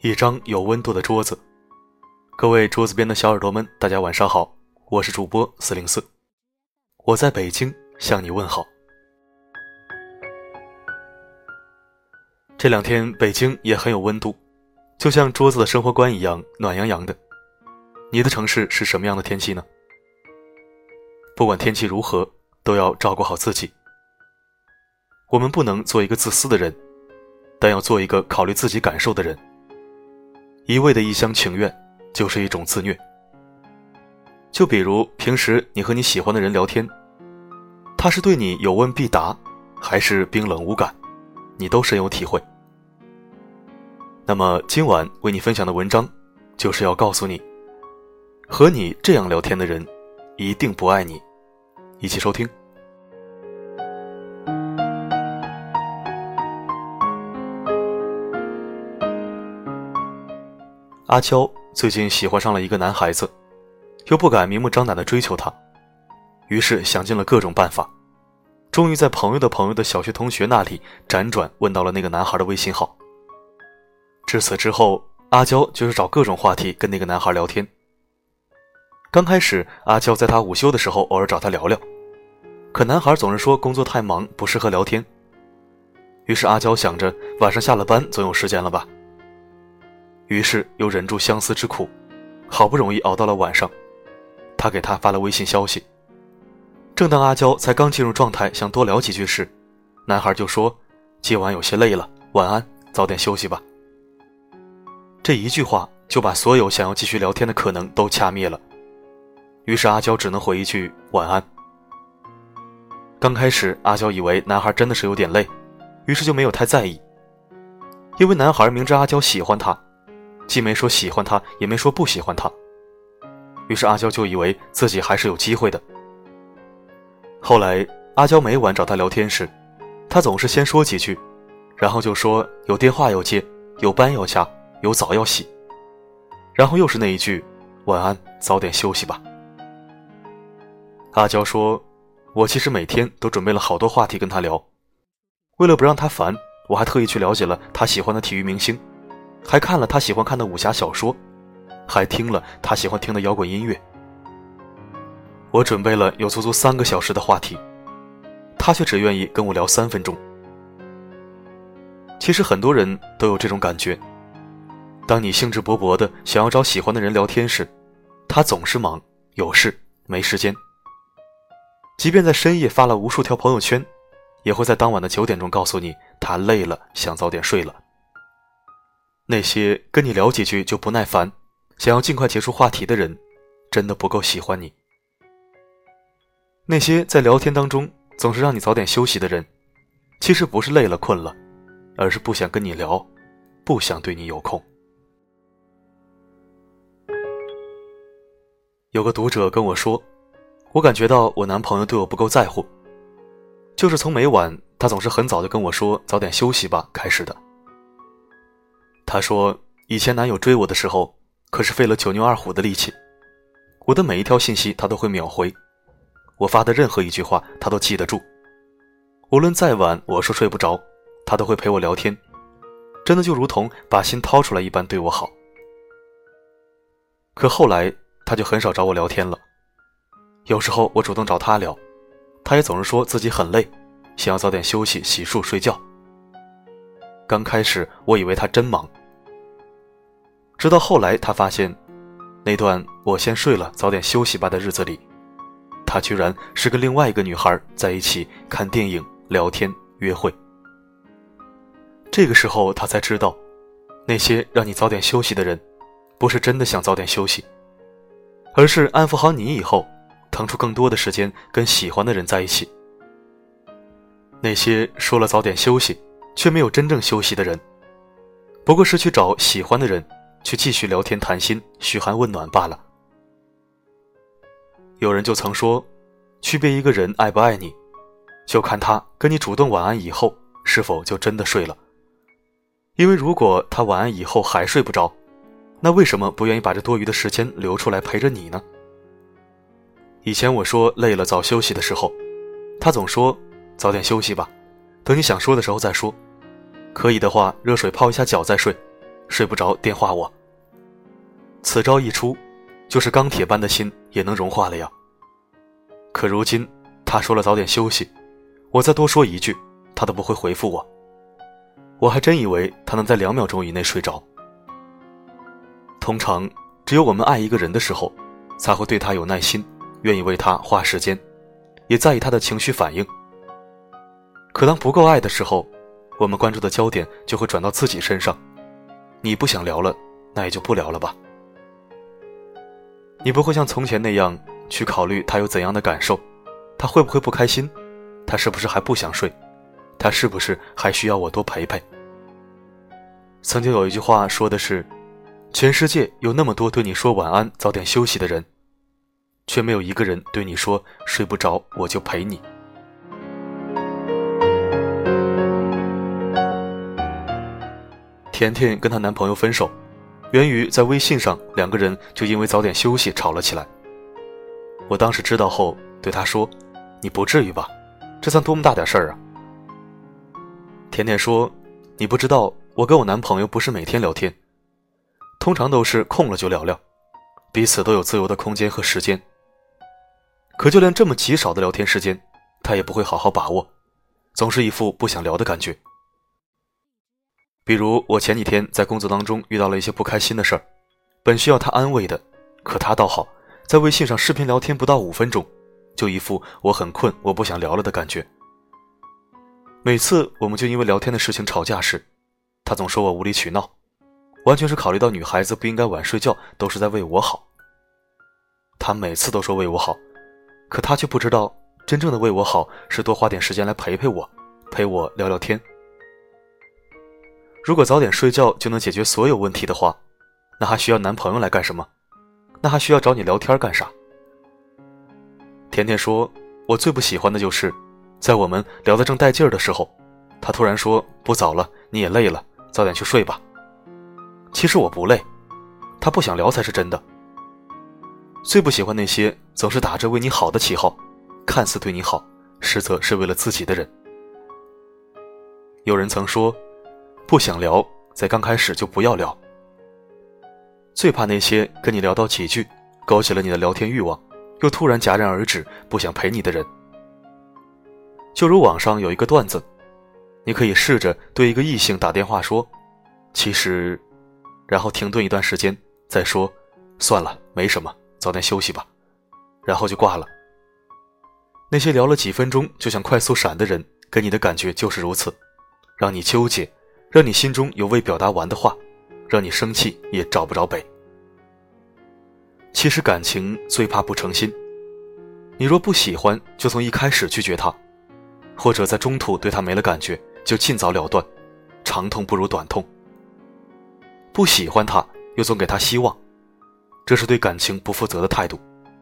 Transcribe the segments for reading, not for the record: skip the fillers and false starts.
一张有温度的桌子。各位桌子边的小耳朵们，大家晚上好，我是主播404，我在北京向你问好。这两天北京也很有温度，就像桌子的生活观一样暖洋洋的。你的城市是什么样的天气呢？不管天气如何，都要照顾好自己。我们不能做一个自私的人，但要做一个考虑自己感受的人。一味的一厢情愿就是一种自虐。就比如平时你和你喜欢的人聊天，他是对你有问必答，还是冰冷无感，你都深有体会。那么今晚为你分享的文章就是要告诉你，和你这样聊天的人一定不爱你。一起收听。阿娇最近喜欢上了一个男孩子，又不敢明目张胆地追求他，于是想尽了各种办法，终于在朋友的朋友的小学同学那里辗转问到了那个男孩的微信号。至此之后，阿娇就是找各种话题跟那个男孩聊天。刚开始，阿娇在他午休的时候偶尔找他聊聊，可男孩总是说工作太忙不适合聊天。于是阿娇想着晚上下了班总有时间了吧，于是又忍住相思之苦，好不容易熬到了晚上，他给他发了微信消息。正当阿娇才刚进入状态想多聊几句时，男孩就说今晚有些累了，晚安，早点休息吧。这一句话就把所有想要继续聊天的可能都掐灭了，于是阿娇只能回一句晚安。刚开始阿娇以为男孩真的是有点累，于是就没有太在意，因为男孩明知阿娇喜欢他，既没说喜欢他，也没说不喜欢他，于是阿娇就以为自己还是有机会的。后来阿娇每晚找他聊天时，他总是先说几句，然后就说有电话要接，有班要加，有澡要洗，然后又是那一句晚安，早点休息吧。阿娇说，我其实每天都准备了好多话题跟他聊，为了不让他烦，我还特意去了解了他喜欢的体育明星，还看了他喜欢看的武侠小说，还听了他喜欢听的摇滚音乐。我准备了有足足3个小时的话题，他却只愿意跟我聊3分钟。其实很多人都有这种感觉，当你兴致勃勃的想要找喜欢的人聊天时，他总是忙，有事，没时间。即便在深夜发了无数条朋友圈，也会在当晚的9点钟告诉你他累了，想早点睡了。那些跟你聊几句就不耐烦，想要尽快结束话题的人，真的不够喜欢你。那些在聊天当中总是让你早点休息的人，其实不是累了困了，而是不想跟你聊，不想对你有空。有个读者跟我说，我感觉到我男朋友对我不够在乎，就是从每晚他总是很早就跟我说早点休息吧开始的。他说以前男友追我的时候可是费了9牛2虎的力气，我的每一条信息他都会秒回，我发的任何一句话他都记得住，无论再晚我说睡不着，他都会陪我聊天，真的就如同把心掏出来一般对我好。可后来他就很少找我聊天了，有时候我主动找他聊，他也总是说自己很累，想要早点休息洗漱睡觉。刚开始我以为他真忙，直到后来他发现那段我先睡了早点休息吧的日子里，他居然是跟另外一个女孩在一起看电影、聊天、约会。这个时候他才知道，那些让你早点休息的人不是真的想早点休息，而是安抚好你以后腾出更多的时间跟喜欢的人在一起。那些说了早点休息却没有真正休息的人，不过是去找喜欢的人去继续聊天谈心，嘘寒问暖罢了。有人就曾说，区别一个人爱不爱你，就看他跟你主动晚安以后是否就真的睡了。因为如果他晚安以后还睡不着，那为什么不愿意把这多余的时间留出来陪着你呢？以前我说累了早休息的时候，他总说早点休息吧，等你想说的时候再说，可以的话热水泡一下脚再睡， 睡不着电话我。此招一出，就是钢铁般的心也能融化了呀。可如今他说了早点休息，我再多说一句他都不会回复我，我还真以为他能在2秒钟以内睡着。通常只有我们爱一个人的时候，才会对他有耐心，愿意为他花时间，也在意他的情绪反应。可当不够爱的时候，我们关注的焦点就会转到自己身上，你不想聊了，那也就不聊了吧。你不会像从前那样去考虑他有怎样的感受，他会不会不开心，他是不是还不想睡，他是不是还需要我多陪陪。曾经有一句话说的是，全世界有那么多对你说晚安早点休息的人，却没有一个人对你说睡不着我就陪你。甜甜跟她男朋友分手，源于在微信上2个人就因为早点休息吵了起来。我当时知道后对她说，你不至于吧，这算多么大点事儿啊。甜甜说，你不知道我跟我男朋友不是每天聊天，通常都是空了就聊聊，彼此都有自由的空间和时间。可就连这么极少的聊天时间，他也不会好好把握，总是一副不想聊的感觉。比如我前几天在工作当中遇到了一些不开心的事儿，本需要他安慰的，可他倒好，在微信上视频聊天不到5分钟，就一副我很困我不想聊了的感觉。每次我们就因为聊天的事情吵架时，他总说我无理取闹，完全是考虑到女孩子不应该晚睡觉，都是在为我好。他每次都说为我好，可他却不知道真正的为我好是多花点时间来陪陪我，陪我聊聊天。如果早点睡觉就能解决所有问题的话，那还需要男朋友来干什么？那还需要找你聊天干啥？甜甜说，我最不喜欢的就是在我们聊得正带劲儿的时候，他突然说不早了，你也累了，早点去睡吧。其实我不累，他不想聊才是真的。最不喜欢那些总是打着为你好的旗号，看似对你好，实则是为了自己的人。有人曾说，不想聊，在刚开始就不要聊。最怕那些跟你聊到几句，勾起了你的聊天欲望，又突然戛然而止，不想陪你的人。就如网上有一个段子，你可以试着对一个异性打电话说，其实，然后停顿一段时间，再说，算了，没什么，早点休息吧，然后就挂了。那些聊了几分钟就想快速闪的人，给你的感觉就是如此，让你纠结，让你心中有未表达完的话，让你生气也找不着北。其实感情最怕不诚心，你若不喜欢，就从一开始拒绝他，或者在中途对他没了感觉，就尽早了断，长痛不如短痛。不喜欢他，又总给他希望，这是对感情不负责的态度。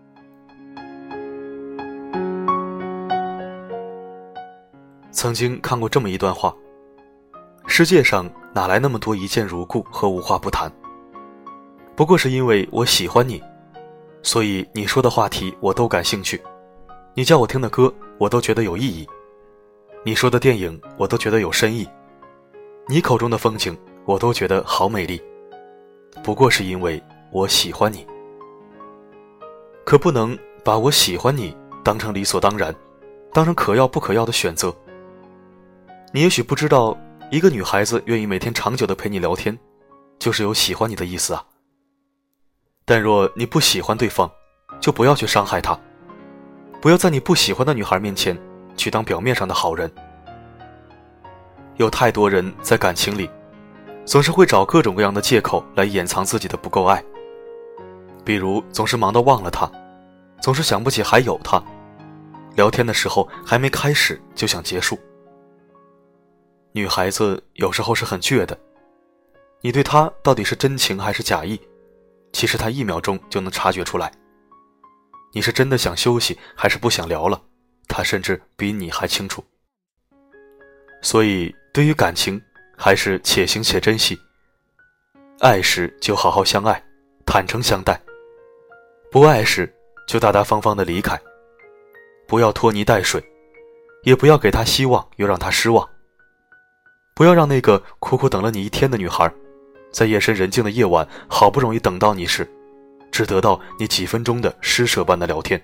曾经看过这么一段话，世界上哪来那么多一见如故和无话不谈？不过是因为我喜欢你，所以你说的话题我都感兴趣，你叫我听的歌我都觉得有意义，你说的电影我都觉得有深意，你口中的风景我都觉得好美丽，不过是因为我喜欢你。可不能把我喜欢你当成理所当然，当成可要不可要的选择。你也许不知道，一个女孩子愿意每天长久地陪你聊天，就是有喜欢你的意思啊。但若你不喜欢对方，就不要去伤害她，不要在你不喜欢的女孩面前去当表面上的好人。有太多人在感情里，总是会找各种各样的借口来掩藏自己的不够爱，比如总是忙到忘了他，总是想不起还有他，聊天的时候还没开始就想结束。女孩子有时候是很倔的，你对她到底是真情还是假意，其实她1秒钟就能察觉出来。你是真的想休息还是不想聊了，她甚至比你还清楚。所以对于感情，还是且行且珍惜，爱时就好好相爱，坦诚相待，不爱时就大大方方地离开，不要拖泥带水，也不要给她希望又让她失望，不要让那个苦苦等了你1天的女孩在夜深人静的夜晚，好不容易等到你时，只得到你几分钟的施舍般的聊天。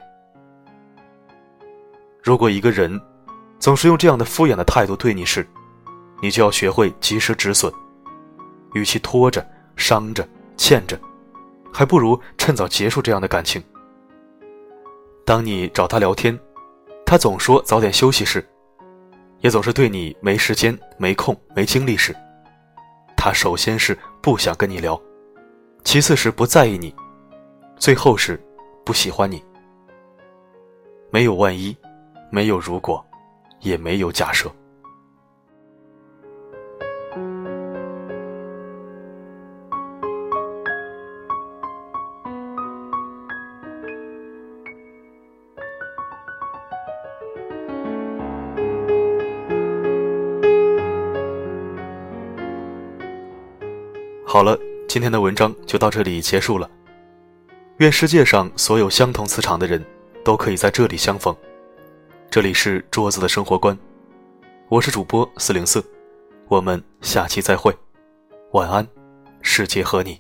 如果一个人总是用这样的敷衍的态度对你时，你就要学会及时止损。与其拖着、伤着、欠着，还不如趁早结束这样的感情。当你找他聊天，他总说早点休息时，也总是对你没时间、没空、没精力时，他首先是不想跟你聊，其次是不在意你，最后是不喜欢你。没有万一，没有如果，也没有假设。好了，今天的文章就到这里结束了。愿世界上所有相同磁场的人都可以在这里相逢。这里是桌子的生活观，我是主播404，我们下期再会，晚安，世界和你。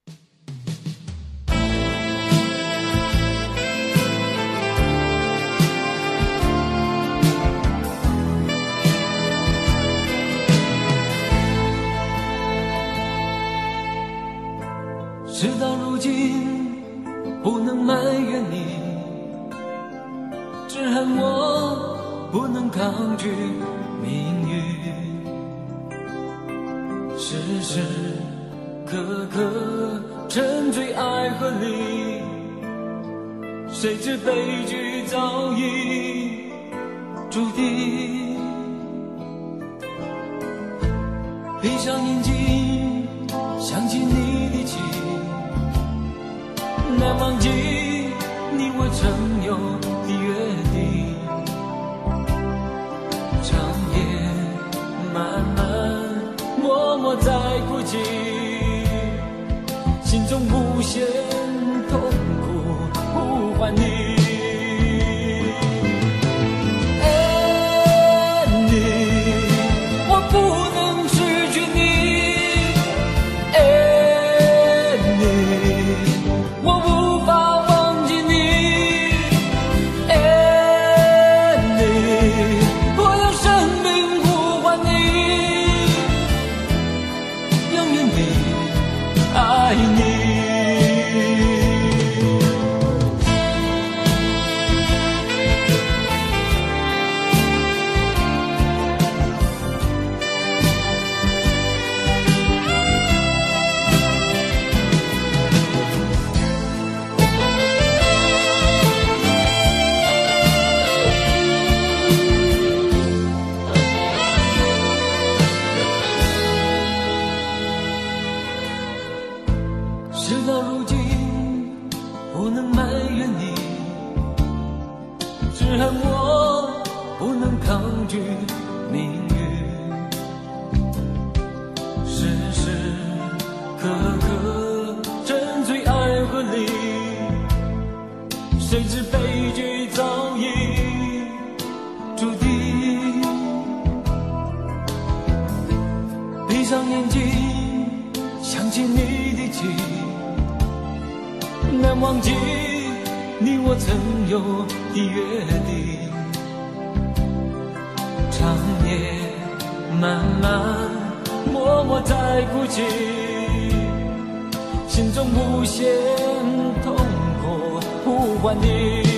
事到如今，不能埋怨你，只恨我不能抗拒命运。时时刻刻沉醉爱河里，谁知悲剧早已注定。闭上眼睛，想起你的情，难忘记你我曾有的约定。长夜漫漫，默默在哭泣，心中无限痛苦呼唤你。事到如今，不能埋怨你，只恨我不能抗拒命运。时时刻刻沉醉爱河里，谁知悲剧早已注定。闭上眼睛，想起你的情，难忘记你我曾有的约定。长夜漫漫，默默在哭泣，心中无限痛苦呼唤你。